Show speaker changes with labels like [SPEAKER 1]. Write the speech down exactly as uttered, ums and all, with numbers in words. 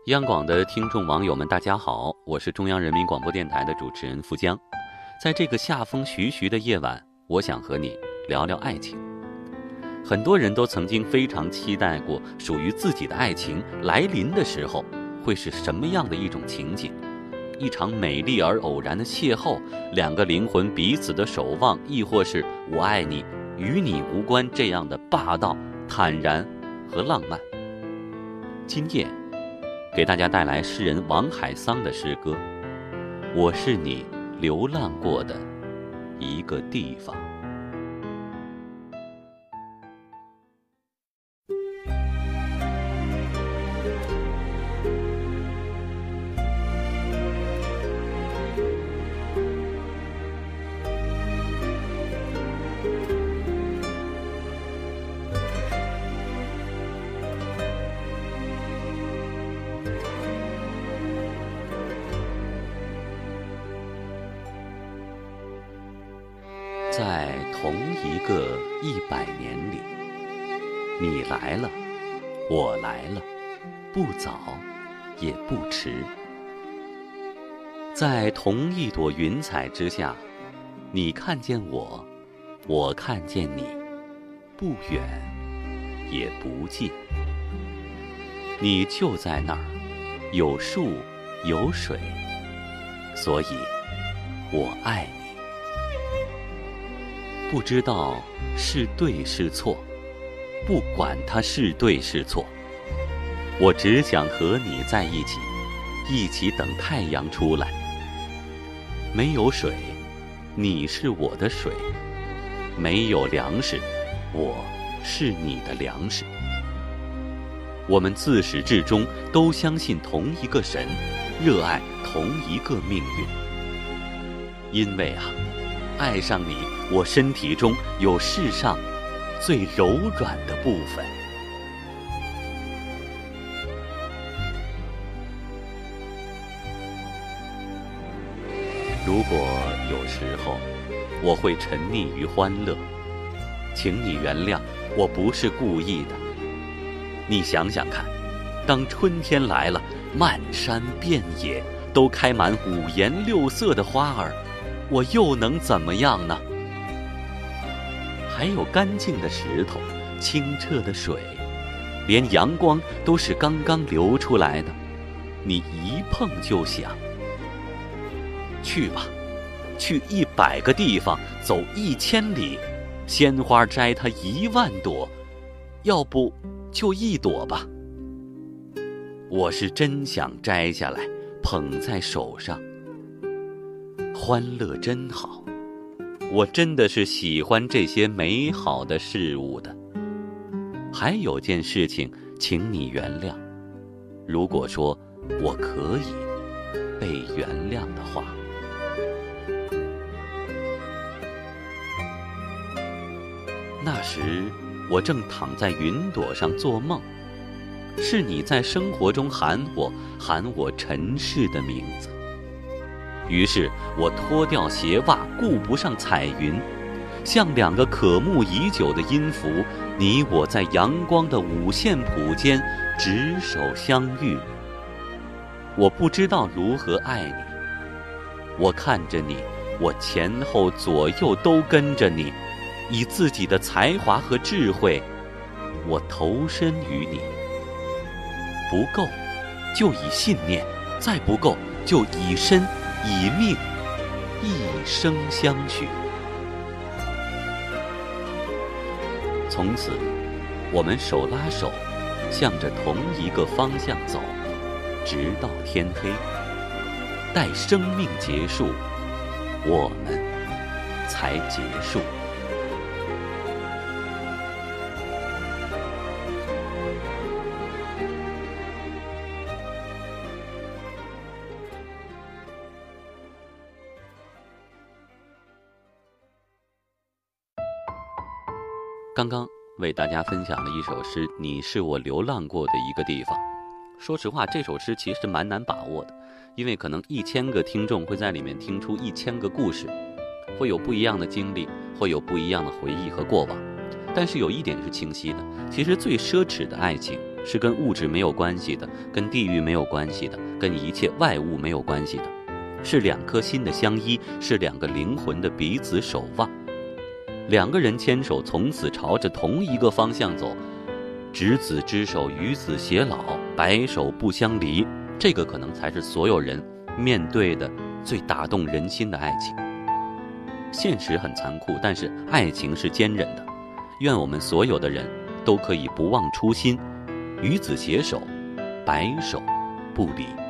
[SPEAKER 1] 央广的听众网友们大家好，我是中央人民广播电台的主持人付江。在这个夏风徐徐的夜晚，我想和你聊聊爱情。很多人都曾经非常期待过属于自己的爱情来临的时候会是什么样的一种情景，一场美丽而偶然的邂逅，两个灵魂彼此的守望，亦或是我爱你与你无关这样的霸道、坦然和浪漫。今夜给大家带来诗人王海桑的诗歌《我是你流浪过的一个地方》。在同一个一百年里，你来了，我来了，不早也不迟。在同一朵云彩之下，你看见我，我看见你，不远也不近。你就在那儿，有树有水，所以我爱你。不知道是对是错，不管它是对是错，我只想和你在一起，一起等太阳出来。没有水，你是我的水；没有粮食，我是你的粮食。我们自始至终都相信同一个神，热爱同一个命运。因为啊，爱上你，我身体中有世上最柔软的部分。如果有时候我会沉溺于欢乐，请你原谅，我不是故意的。你想想看，当春天来了，漫山遍野都开满五颜六色的花儿，我又能怎么样呢？还有干净的石头，清澈的水，连阳光都是刚刚流出来的，你一碰就响。去吧，去一百个地方，走一千里，鲜花摘它一万朵，要不就一朵吧。我是真想摘下来，捧在手上。欢乐真好，我真的是喜欢这些美好的事物的。还有件事情，请你原谅，如果说我可以被原谅的话。那时我正躺在云朵上做梦，是你在生活中喊我，喊我尘世的名字。于是我脱掉鞋袜，顾不上彩云，像两个渴慕已久的音符，你我在阳光的五线谱间执手相遇。我不知道如何爱你，我看着你，我前后左右都跟着你，以自己的才华和智慧，我投身于你。不够就以信念，再不够就以身以命，一生相许。从此我们手拉手，向着同一个方向走，直到天黑。待生命结束，我们才结束。刚刚为大家分享了一首诗，你是我流浪过的一个地方。说实话，这首诗其实蛮难把握的，因为可能一千个听众会在里面听出一千个故事，会有不一样的经历，会有不一样的回忆和过往。但是有一点是清晰的，其实最奢侈的爱情是跟物质没有关系的，跟地域没有关系的，跟一切外物没有关系的，是两颗心的相依，是两个灵魂的彼此守望。两个人牵手，从此朝着同一个方向走，执子之手，与子偕老，白首不相离，这个可能才是所有人面对的最打动人心的爱情。现实很残酷，但是爱情是坚韧的。愿我们所有的人都可以不忘初心，与子携手，白首不离。